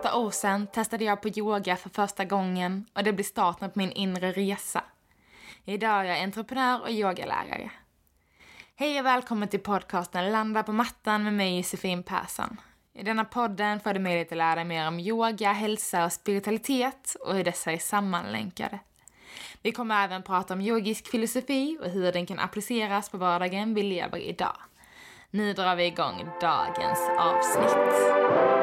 8 år sedan testade jag på yoga för första gången och det blev starten på min inre resa. Idag är jag entreprenör och yogalärare. Hej och välkommen till podcasten Landa på mattan med mig Josefin Persson. I denna podden får du möjlighet att lära dig mer om yoga, hälsa och spiritualitet och hur dessa är sammanlänkade. Vi kommer även prata om yogisk filosofi och hur den kan appliceras på vardagen vi lever idag. Nu drar vi igång dagens avsnitt.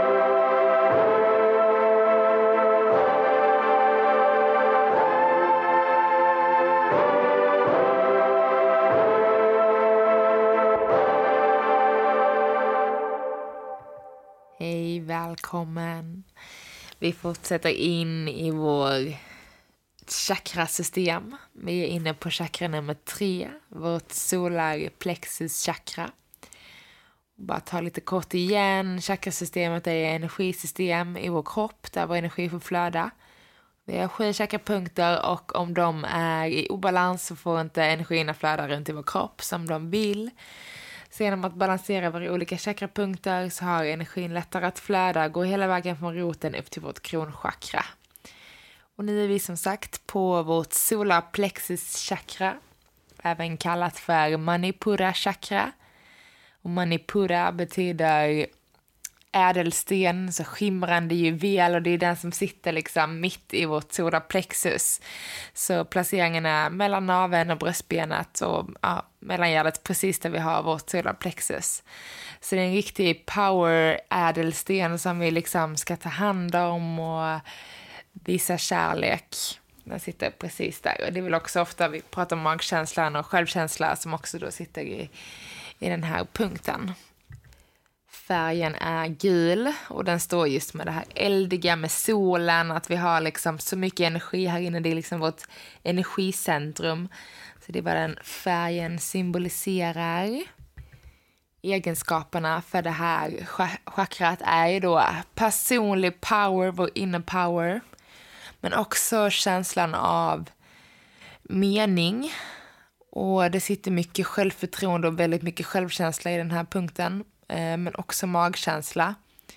Hej, välkommen. Vi fortsätter in i vår chakrasystem. Vi är inne på chakra nummer 3, vårt solar plexus chakra. Bara ta lite kort igen. Chakrasystemet är energisystem i vår kropp där vår energi får flöda. Vi har 7 chakrapunkter och om de är i obalans så får inte energierna flöda runt i vår kropp som de vill. Så genom att balansera våra olika chakrapunkter så har energin lättare att flöda och gå hela vägen från roten upp till vårt kronchakra. Och nu är vi som sagt på vårt solar plexus chakra, även kallat för Manipura chakra. Och Manipura betyder ädelsten, så skimrande juvel, och det är den som sitter liksom mitt i vårt solar plexus. Så placeringen är mellan naveln och bröstbenet och mellangärdet precis där vi har vårt solar plexus. Så det är en riktig power ädelsten som vi liksom ska ta hand om och visa kärlek. Den sitter precis där. Och det är väl också ofta vi pratar om magkänslan och självkänsla som också då sitter i den här punkten. Färgen är gul och den står just med det här eldiga med solen, att vi har liksom så mycket energi här inne, det är liksom vårt energicentrum. Så det är vad den färgen symboliserar. Egenskaperna för det här chakrat är ju då personlig power, vår inner power, men också känslan av mening. Och det sitter mycket självförtroende och väldigt mycket självkänsla i den här punkten. Men också magkänsla.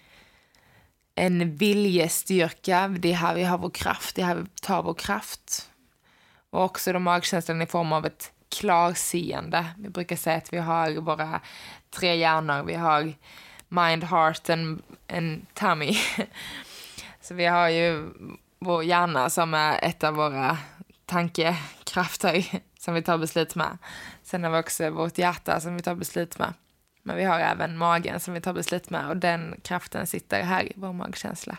En viljestyrka, det är här vi har vår kraft, det är här vi tar vår kraft. Och också då magkänslan i form av ett klarseende. Vi brukar säga att vi har våra 3 hjärnor. Vi har mind, heart and tummy. Så vi har ju vår hjärna som är ett av våra tankekrafter som vi tar beslut med. Sen har vi också vårt hjärta som vi tar beslut med. Men vi har även magen som vi tar beslut med, och den kraften sitter här i vår magkänsla.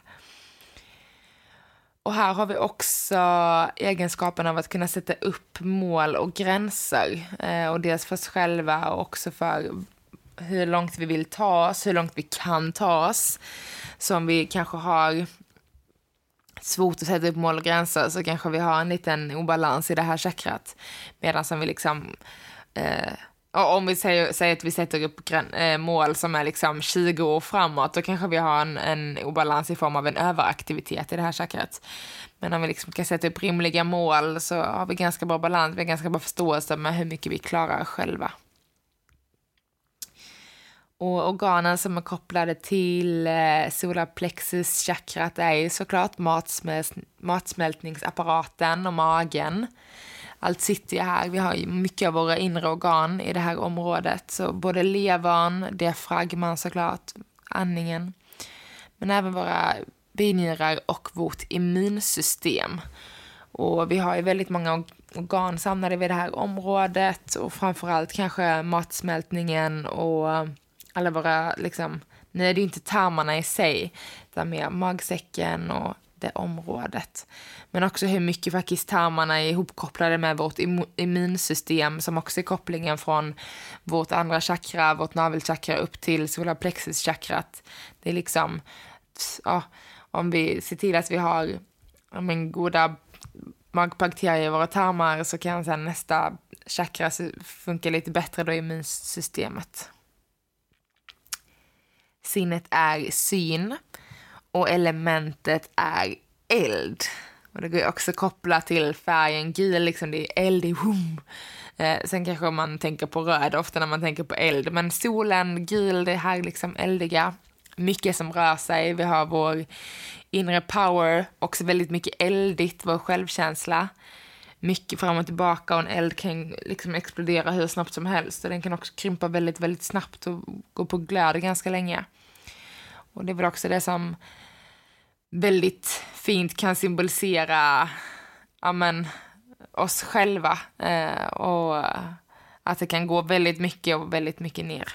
Och här har vi också egenskapen av att kunna sätta upp mål och gränser. Och dels för oss själva och också för hur långt vi vill ta oss, hur långt vi kan ta oss. Så om vi kanske har svårt att sätta upp mål och gränser så kanske vi har en liten obalans i det här chakrat. Medan som vi liksom... om vi säger att vi sätter upp mål som är liksom 20 år framåt, då kanske vi har en obalans i form av en överaktivitet i det här chakrat. Men om vi liksom kan sätta upp rimliga mål så har vi ganska bra balans, vi har ganska bra förståelse med hur mycket vi klarar själva. Och organen som är kopplade till solar plexus chakrat är ju såklart matsmältningsapparaten och magen. Allt sitter ju här. Vi har ju mycket av våra inre organ i det här området. Så både levern, diafragman såklart, andningen. Men även våra binjurar och vårt immunsystem. Och vi har ju väldigt många organ samlade vid det här området. Och framförallt kanske matsmältningen och alla våra, liksom, nu är det ju inte tarmarna i sig. Utan mer magsäcken och det området. Men också hur mycket faktiskt tarmarna är ihopkopplade med vårt immunsystem, som också är kopplingen från vårt andra chakra, vårt navelchakra upp till solar plexus chakrat. Det är liksom, om vi ser till att vi har goda magbakterier i våra tarmar, så kan sen nästa chakra funka lite bättre då i immunsystemet. Sinnet är syn. Och elementet är eld. Och det går också kopplat till färgen gul, liksom det är eld i Sen kanske man tänker på röd ofta när man tänker på eld. Men solen, gul, det här liksom eldiga. mycket som rör sig. Vi har vår inre power, också väldigt mycket eldigt, vår självkänsla. Mycket fram och tillbaka, och en eld kan liksom explodera hur snabbt som helst. Och den kan också krympa väldigt, väldigt snabbt och gå på glöd ganska länge. Och det är väl också det som väldigt fint kan symbolisera oss själva. Och att det kan gå väldigt mycket och väldigt mycket ner.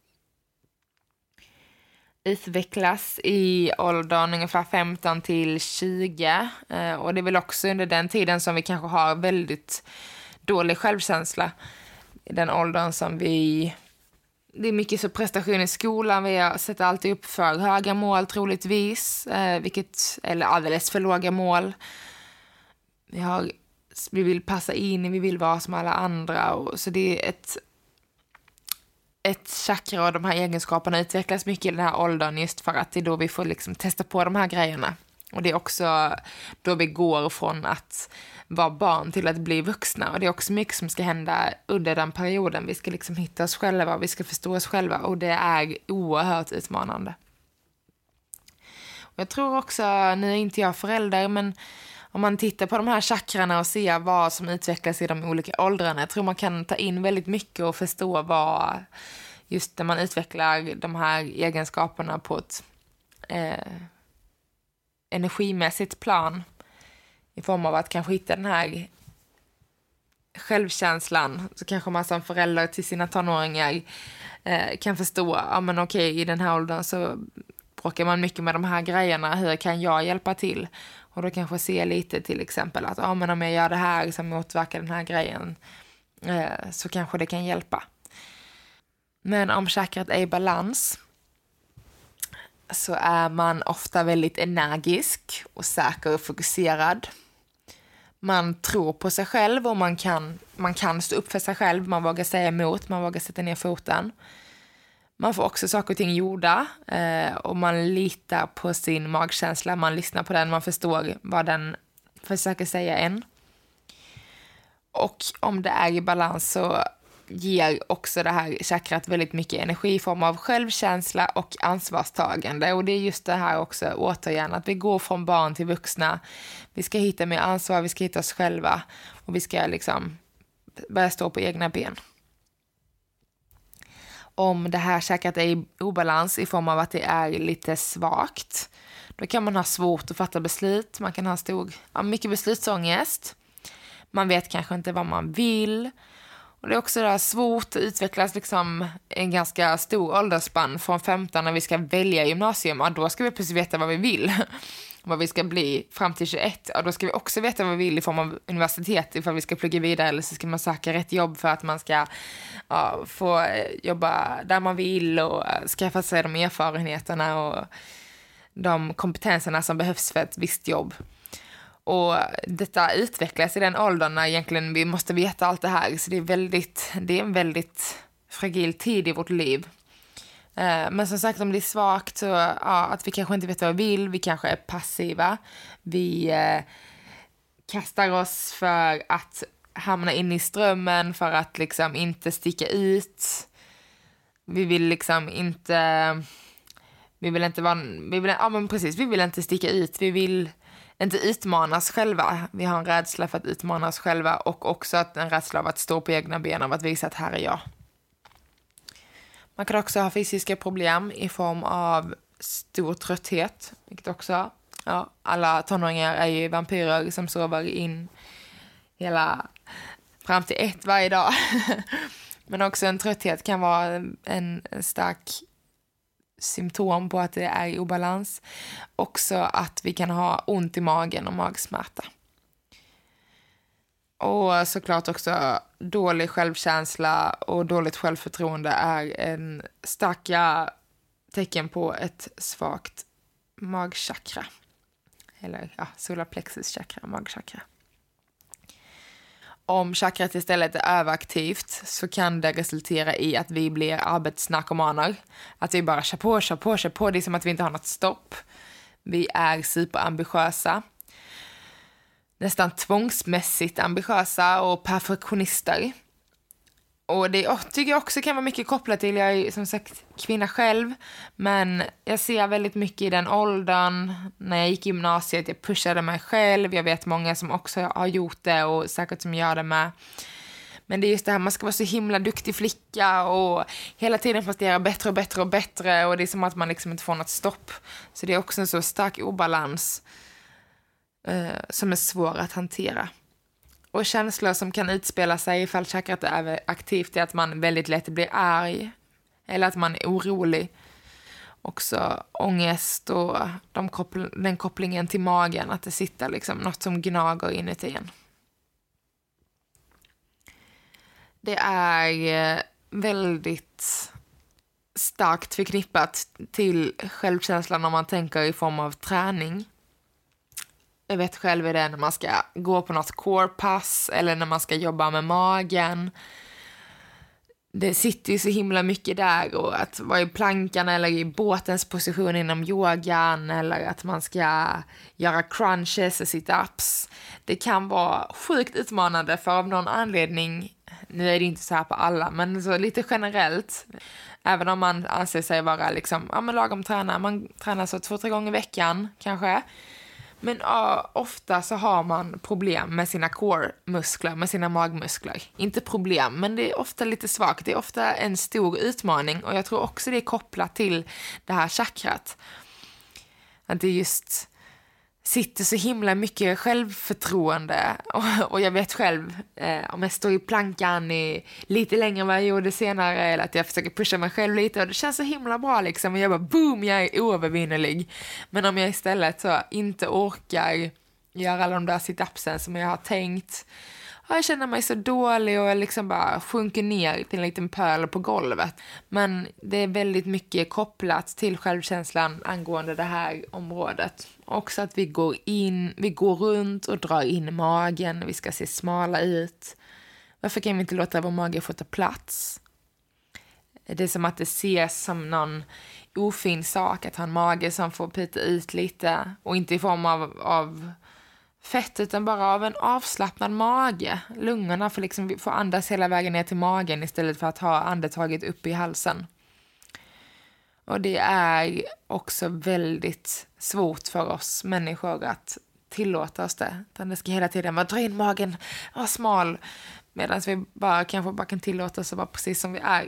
Utvecklas i åldern ungefär 15 till 20. Och det är väl också under den tiden som vi kanske har väldigt dålig självkänsla. I den åldern som det är mycket så prestation i skolan. Vi har sett alltid upp för höga mål troligtvis. Eller alldeles för låga mål. Vi vill passa in, vi vill vara som alla andra. Så det är ett chakra och de här egenskaperna utvecklas mycket i den här åldern, just för att det är då vi får liksom testa på de här grejerna. Och det är också då vi går från att vara barn till att bli vuxna. Och det är också mycket som ska hända under den perioden. Vi ska liksom hitta oss själva, vi ska förstå oss själva, och det är oerhört utmanande. Och jag tror också, nu är inte jag förälder, men om man tittar på de här chakrarna och ser vad som utvecklas i de olika åldrarna, jag tror man kan ta in väldigt mycket och förstå vad, just när man utvecklar de här egenskaperna på ett energimässigt plan, i form av att kanske hitta den här självkänslan, så kanske man som förälder till sina tonåringar kan förstå, i den här åldern så bråkar man mycket med de här grejerna, hur kan jag hjälpa till? Och då kanske se lite till exempel att om jag gör det här som motverkar den här grejen, så kanske det kan hjälpa. Men om chakrat är i balans så är man ofta väldigt energisk och säker och fokuserad. Man tror på sig själv och man kan stå upp för sig själv. Man vågar säga emot, man vågar sätta ner foten. Man får också saker och ting gjorda, och man litar på sin magkänsla. Man lyssnar på den, man förstår vad den försöker säga en. Och om det är i balans så ger också det här chakrat väldigt mycket energi i form av självkänsla och ansvarstagande. Och det är just det här också, återigen, att vi går från barn till vuxna. Vi ska hitta mer ansvar, vi ska hitta oss själva, och vi ska liksom börja stå på egna ben. Om det här chakrat är i obalans i form av att det är lite svagt, då kan man ha svårt att fatta beslut. Man kan ha mycket beslutsångest. Man vet kanske inte vad man vill. Och det är också där svårt att utvecklas liksom en ganska stor åldersspann från 15 när vi ska välja gymnasium. Ja, då ska vi precis veta vad vi vill. Vad vi ska bli fram till 21. Ja, då ska vi också veta vad vi vill i form av universitet, ifall vi ska plugga vidare, eller så ska man söka rätt jobb för att man ska få jobba där man vill och skaffa sig de erfarenheterna och de kompetenserna som behövs för ett visst jobb. Och detta utvecklas i den åldern när egentligen vi måste veta allt det här. Så det är en väldigt fragil tid i vårt liv. Men som sagt, om det är svagt så att vi kanske inte vet vad vi vill. Vi kanske är passiva. Vi kastar oss för att hamna in i strömmen, för att liksom inte sticka ut. Vi vill inte sticka ut. Vi vill inte utmana oss själva. Vi har en rädsla för att utmana oss själva, och också en rädsla av att stå på egna ben, av att visa att här är jag. Man kan också ha fysiska problem i form av stor trötthet, vilket också, alla tonåringar är ju vampyrer som sover in fram till 1 varje dag. Men också en trötthet kan vara en stark symptom på att det är i obalans. Också att vi kan ha ont i magen och magsmärta. Och såklart också dålig självkänsla och dåligt självförtroende är en starka tecken på ett svagt magchakra. Eller solarplexus chakra, magchakra. Om chakrat istället är överaktivt så kan det resultera i att vi blir arbetsnarkomaner. Att vi bara kör på. Det är som att vi inte har något stopp. Vi är superambitiösa. Nästan tvångsmässigt ambitiösa och perfektionister. Och det tycker jag också kan vara mycket kopplat till, jag är som sagt kvinna själv, men jag ser väldigt mycket i den åldern, när jag gick i gymnasiet, jag pushade mig själv, jag vet många som också har gjort det och säkert som gör det med. Men det är just det här, man ska vara så himla duktig flicka och hela tiden prestera bättre och bättre och bättre, och det är som att man liksom inte får något stopp. Så det är också en så stark obalans som är svår att hantera. Och känslor som kan utspela sig ifall chakrat är aktivt är att man väldigt lätt blir arg. Eller att man är orolig. Också ångest och den kopplingen till magen. Att det sitter liksom något som gnager inuti en. Det är väldigt starkt förknippat till självkänslan om man tänker i form av träning. Jag vet själv hur det är när man ska gå på något core-pass eller när man ska jobba med magen. Det sitter ju så himla mycket där, och att vara i plankan eller i båtens position inom yogan eller att man ska göra crunches och sit-ups. Det kan vara sjukt utmanande för av någon anledning, nu är det inte så här på alla, men så lite generellt. Även om man anser sig vara liksom, ja men lagom träna, man tränar så 2-3 gånger i veckan kanske. Men ofta så har man problem med sina core-muskler, med sina magmuskler. Inte problem, men det är ofta lite svagt. Det är ofta en stor utmaning, och jag tror också det är kopplat till det här chakrat. Att det just sitter så himla mycket självförtroende. Och jag vet själv, om jag står i plankan i lite längre än vad jag gjorde senare, eller att jag försöker pusha mig själv lite, och det känns så himla bra liksom, och jag bara boom, jag är oövervinnerlig. Men om jag istället så inte orkar göra alla de där sit-upsen som jag har tänkt, och jag känner mig så dålig och jag liksom bara sjunker ner till en liten pöl på golvet. Men det är väldigt mycket kopplat till självkänslan angående det här området. Också att vi går runt och drar in magen, vi ska se smala ut. Varför kan vi inte låta vår mage få ta plats? Det är som att det ses som någon ofin sak att ha en mage som får pyta ut lite, och inte i form av fett utan bara av en avslappnad mage. Lungorna får liksom få andas hela vägen ner till magen istället för att ha andetaget upp i halsen. Och det är också väldigt svårt för oss människor att tillåta oss det. Det ska hela tiden vara dra in magen, vara smal, medan vi kanske bara kan tillåta oss att vara precis som vi är.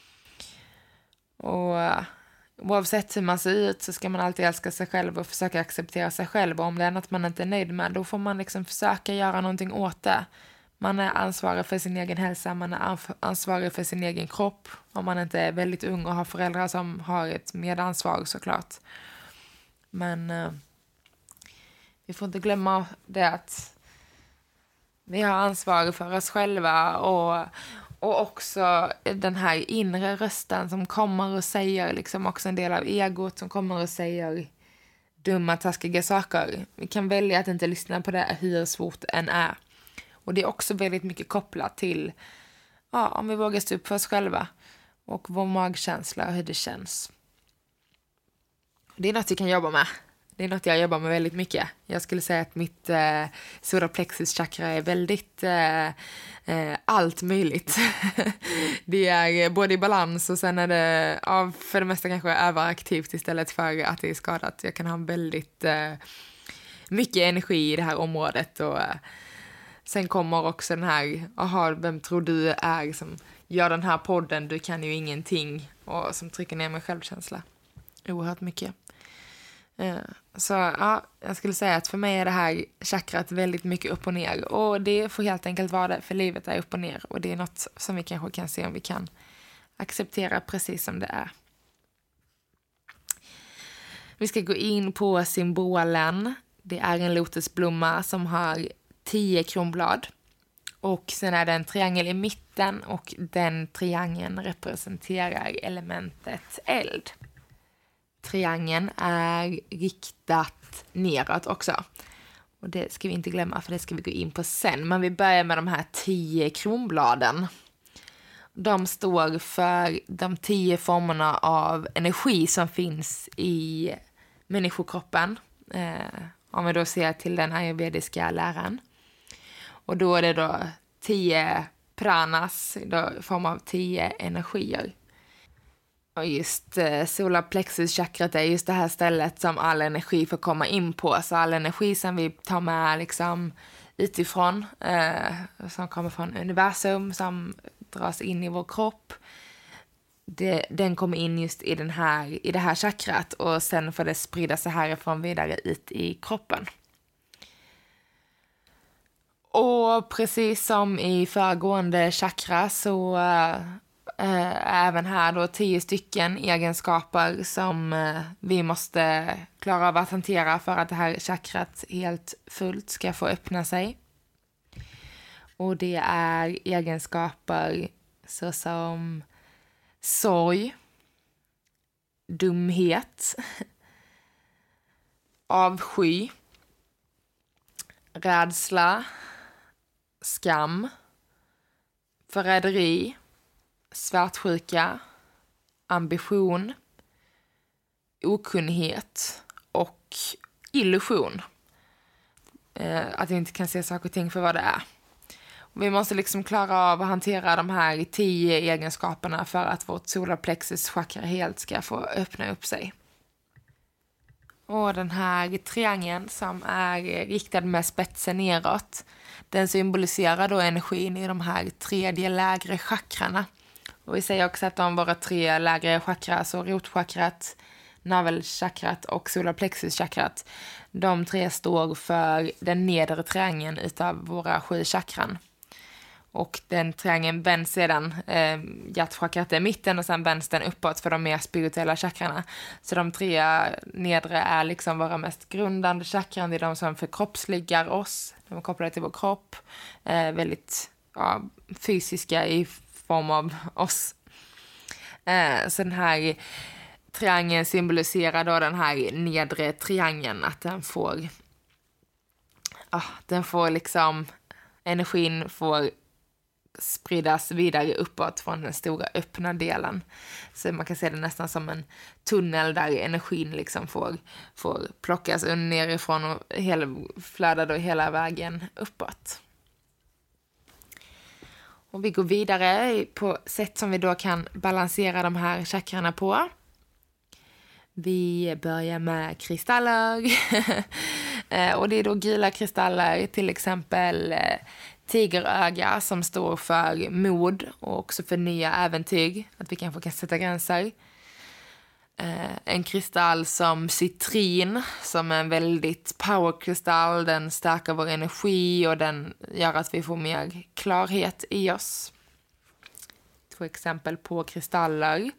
Och oavsett hur man ser ut så ska man alltid älska sig själv och försöka acceptera sig själv. Och om det är något man inte är nöjd med, då får man liksom försöka göra någonting åt det. Man är ansvarig för sin egen hälsa, man är ansvarig för sin egen kropp. Om man inte är väldigt ung och har föräldrar som har ett medansvar såklart. Men vi får inte glömma det att vi har ansvar för oss själva, och också den här inre rösten som kommer och säger, liksom också en del av egot som kommer och säger dumma, taskiga saker. Vi kan välja att inte lyssna på det hur svårt det än är. Och det är också väldigt mycket kopplat till om vi vågar stå upp för oss själva och vår magkänsla och hur det känns. Det är något vi kan jobba med. Det är något jag jobbar med väldigt mycket. Jag skulle säga att mitt solarplexus chakra är väldigt allt möjligt. Det är både i balans och sen är det för det mesta kanske överaktivt istället för att det är skadat. Jag kan ha väldigt mycket energi i det här området, och sen kommer också den här vem tror du är som gör den här podden, du kan ju ingenting, och som trycker ner min självkänsla oerhört mycket. Så jag skulle säga att för mig är det här chakrat väldigt mycket upp och ner, och det får helt enkelt vara det, för livet är upp och ner, och det är något som vi kanske kan se om vi kan acceptera precis som det är. Vi ska gå in på symbolen. Det är en lotusblomma som har 10 kronblad, och sen är det en triangel i mitten, och den triangeln representerar elementet eld. Triangeln är riktat neråt också. Och det ska vi inte glömma, för det ska vi gå in på sen. Men vi börjar med de här 10 kronbladen. De står för de 10 formerna av energi som finns i människokroppen. Om vi då ser till den ayurvediska läran. Och då är det då 10 pranas i form av 10 energier. Och just solarplexus-chakrat är just det här stället som all energi får komma in på. Så all energi som vi tar med liksom utifrån, som kommer från universum, som dras in i vår kropp, den kommer in just i det här chakrat, och sen får det sprida sig härifrån vidare ut i kroppen. Och precis som i föregående chakra så även här då 10 stycken egenskaper som vi måste klara av att hantera för att det här chakrat helt fullt ska få öppna sig. Och det är egenskaper såsom sorg, dumhet, avsky, rädsla, skam, förräderi, svartsjuka, ambition, okunnighet och illusion. Att vi inte kan se saker och ting för vad det är. Och vi måste liksom klara av att hantera de här 10 egenskaperna för att vårt solarplexus chakra helt ska få öppna upp sig. Och den här triangeln som är riktad med spetsen neråt, den symboliserar då energin i de här 3 lägre chakrarna. Och vi säger också att våra 3 lägre chakra, så rotchakrat, navelchakrat och solarplexuschakrat, de 3 står för den nedre triangeln utav våra 7 chakran. Och den triangeln vänds sedan, hjärtchakrat är mitten och sen vänds den uppåt för de mer spirituella chakrarna. Så de 3 nedre är liksom våra mest grundande chakran, det är de som förkroppsligar oss, de är kopplade till vår kropp, väldigt fysiska i form av oss. Så den här triangeln symboliserar då den här nedre triangeln, att den får liksom, energin får spridas vidare uppåt från den stora öppna delen. Så man kan se det nästan som en tunnel där energin liksom får plockas nerifrån och flöda då hela vägen uppåt. Och vi går vidare på sätt som vi då kan balansera de här chakrarna på. Vi börjar med kristaller. Och det är då gula kristaller, till exempel tigeröga som står för mod och också för nya äventyr, att vi kanske kan sätta gränser. En kristall som citrin, som är en väldigt powerkristall, den stärker vår energi och den gör att vi får mer klarhet i oss. 2 exempel på kristaller.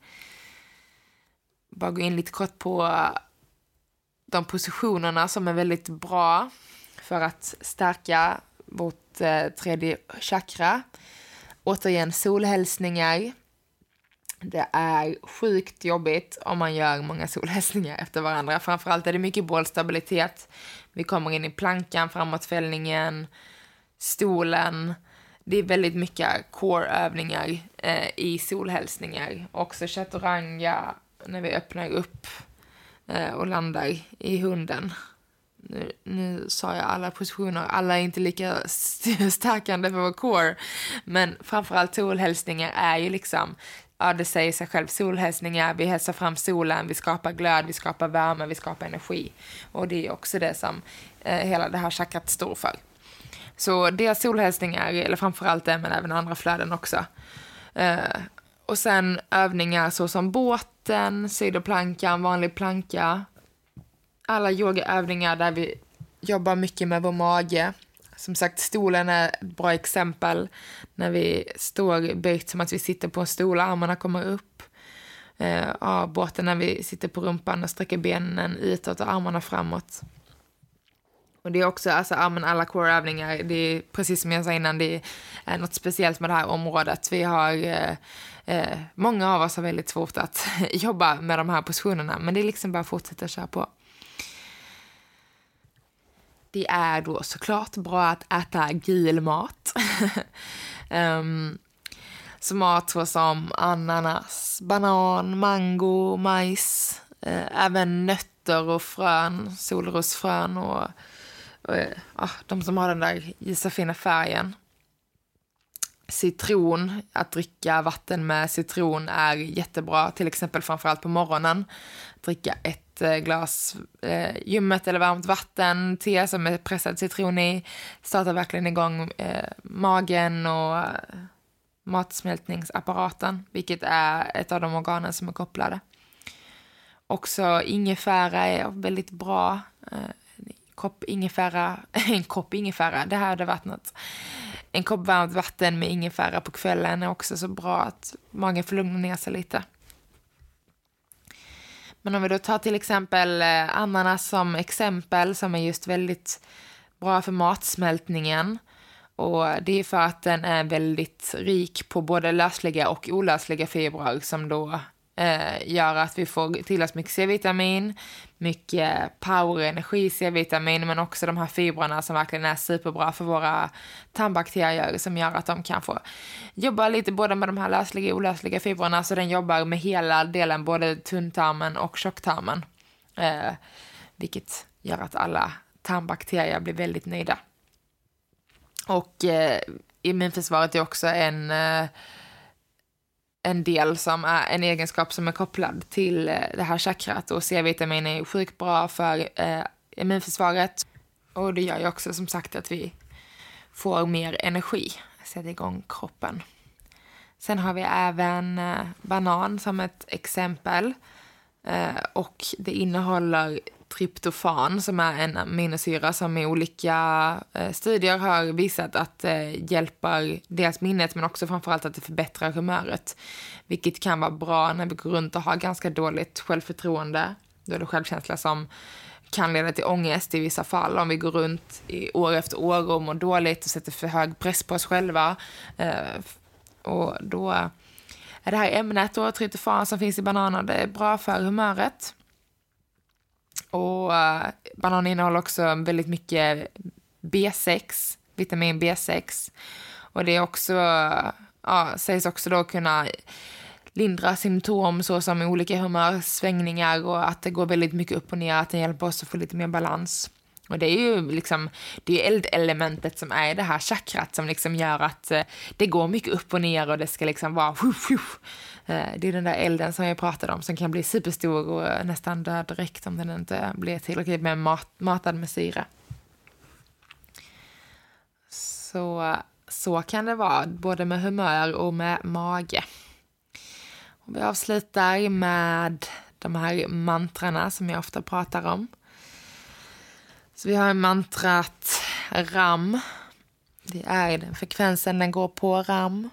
Bara gå in lite kort på de positionerna som är väldigt bra för att stärka vårt 3:e chakra. Återigen, solhälsningar. Det är sjukt jobbigt om man gör många solhälsningar efter varandra. Framförallt är det mycket bålstabilitet. Vi kommer in i plankan, framåtfällningen, stolen. Det är väldigt mycket core-övningar i solhälsningar. Också chaturanga när vi öppnar upp och landar i hunden. Nu sa jag alla positioner, alla är inte lika stärkande för vår core, men framförallt solhälsningar är ju liksom, det säger sig själv, solhälsningar, vi hälsar fram solen, vi skapar glöd, vi skapar värme, vi skapar energi, och det är också det som hela det här chakrat står för. Så det är solhälsningar, eller framförallt det, men även andra flöden också. Och sen övningar så som båten, sidoplankan, vanlig planka, alla yogaövningar där vi jobbar mycket med vår mage. Som sagt, stolen är ett bra exempel. När vi står böjt som att vi sitter på en stol och armarna kommer upp. Båten när vi sitter på rumpan och sträcker benen utåt och armarna framåt. Och det är också, alla core-övningar, det är precis som jag sa innan, det är något speciellt med det här området. Vi har, många av oss har väldigt svårt att jobba med de här positionerna, men det är liksom bara att fortsätta köra på. Det är då såklart bra att äta gul mat. Så mat som ananas, banan, mango, majs, även nötter och frön, solrosfrön och de som har den där ljusa fina färgen. citron, att dricka vatten med citron är jättebra. Till exempel framförallt på morgonen. Dricka ett glas ljummet eller varmt vatten, te som är pressad citron i. Startar verkligen igång magen och matsmältningsapparaten, vilket är ett av de organen som är kopplade. Också ingefära är väldigt bra. En kopp ingefära, det här hade varit något. En kopp varmt vatten med ingefära på kvällen är också så bra att magen får lugna ner sig lite. Men om vi då tar till exempel ananas som exempel, som är just väldigt bra för matsmältningen. Och det är för att den är väldigt rik på både lösliga och olösliga fibrer som då gör att vi får till oss mycket C-vitamin, mycket power, energi, C-vitamin, men också de här fibrerna som verkligen är superbra för våra tarmbakterier, som gör att de kan få jobba lite både med de här lösliga och olösliga fibrerna, så den jobbar med hela delen, både tunntarmen och tjocktarmen, vilket gör att alla tarmbakterier blir väldigt nöjda. Och immunförsvaret är också en del som är en egenskap som är kopplad till det här chakrat, och C-vitamin är sjukt bra för immunförsvaret, och det gör ju också som sagt att vi får mer energi, sätter igång kroppen. Sen har vi även banan som ett exempel, och det innehåller tryptofan som är en aminosyra som i olika studier har visat att hjälper dels minnet, men också framförallt att det förbättrar humöret, vilket kan vara bra när vi går runt och har ganska dåligt självförtroende. Då är det självkänsla som kan leda till ångest i vissa fall, om vi går runt i år efter år och mår dåligt och sätter för hög press på oss själva, och då är det här ämnet då, tryptofan som finns i bananer, det är bra för humöret. Och banan innehåller också väldigt mycket B6, vitamin B6. Och det är också, sägs också då kunna lindra symptom såsom olika humörsvängningar, och att det går väldigt mycket upp och ner, att det hjälper oss att få lite mer balans. Och det är ju liksom, det är eldelementet som är det här chakrat som liksom gör att det går mycket upp och ner, och det ska liksom vara det är den där elden som jag pratade om, som kan bli superstor och nästan död direkt om den inte blir tillräckligt med matad med syre. Så kan det vara både med humör och med mage. Och vi avslutar med de här mantrarna som jag ofta pratar om. Så vi har mantrat RAM. Det är den frekvensen, den går på RAM.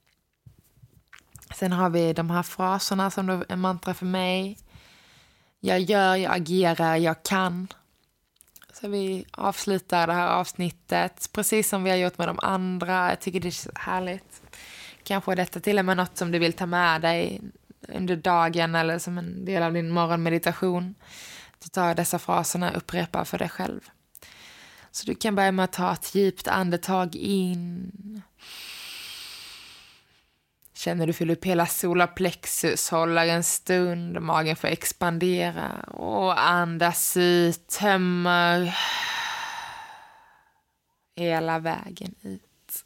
Sen har vi de här fraserna som då är mantra för mig. Jag gör, jag agerar, jag kan. Så vi avslutar det här avsnittet precis som vi har gjort med de andra. Jag tycker det är så härligt. Kanske detta till och med något som du vill ta med dig under dagen eller som en del av din morgonmeditation. Du tar dessa fraserna och upprepar för dig själv. Så du kan börja med att ta ett djupt andetag in. Känner du fyller upp hela solarplexus, håller en stund, magen får expandera och andas ut, tömmer hela vägen ut.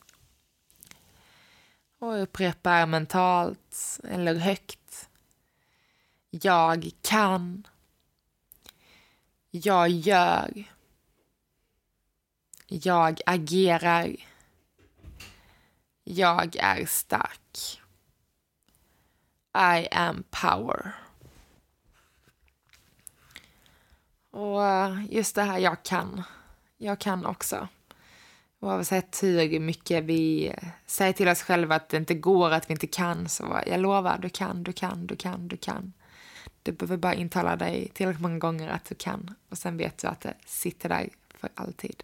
Och upprepar mentalt eller högt. Jag kan. Jag gör. Jag agerar. Jag är stark. I am power. Och just det här jag kan. Jag kan också. Oavsett hur mycket vi säger till oss själva att det inte går, att vi inte kan, så jag lovar, du kan, du kan, du kan, du kan. Du behöver bara intala dig tillräckligt många gånger att du kan. Och sen vet du att det sitter där för alltid.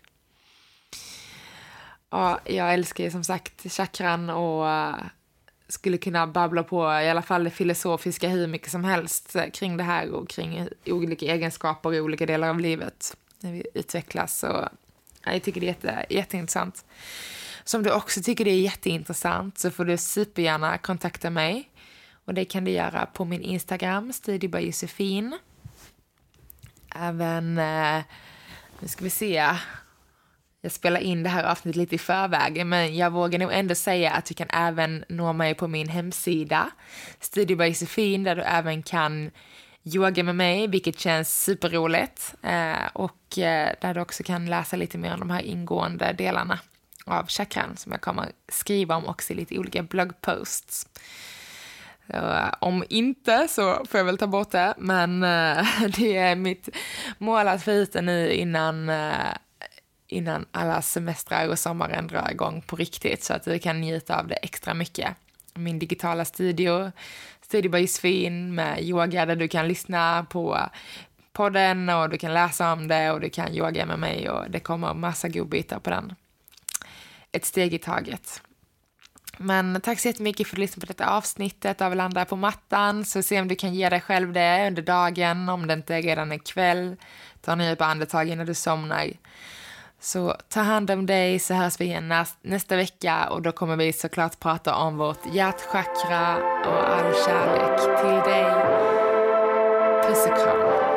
Ja, jag älskar ju som sagt chakran och skulle kunna babbla på i alla fall det filosofiska hur mycket som helst kring det här och kring olika egenskaper i olika delar av livet när vi utvecklas. Och jag tycker det är jätteintressant. Så om du också tycker det är jätteintressant så får du supergärna kontakta mig. Och det kan du göra på min Instagram, Study by Josefin. Även, nu ska vi se. Jag spelar in det här avsnittet lite i förväg, men jag vågar nog ändå säga att du kan även nå mig på min hemsida Studio by Josefin, där du även kan yoga med mig, vilket känns superroligt, och där du också kan läsa lite mer om de här ingående delarna av chakran som jag kommer skriva om också i lite olika bloggposts. Om inte så får jag väl ta bort det, men det är mitt mål att få ut det nu innan alla semestrar och sommaren drar igång på riktigt, så att du kan njuta av det extra mycket. Min digitala studio by Josefin med yoga, där du kan lyssna på podden och du kan läsa om det och du kan yoga med mig, och det kommer massa godbitar på den. Ett steg i taget. Men tack så jättemycket för att lyssna på detta avsnittet av Landa på mattan. Så se om du kan ge dig själv det under dagen, om det inte redan är kväll. Ta en djupa andetag innan du somnar. Så ta hand om dig, så hörs vi igen nästa vecka, och då kommer vi såklart prata om vårt hjärtchakra och all kärlek till dig. Puss och kram.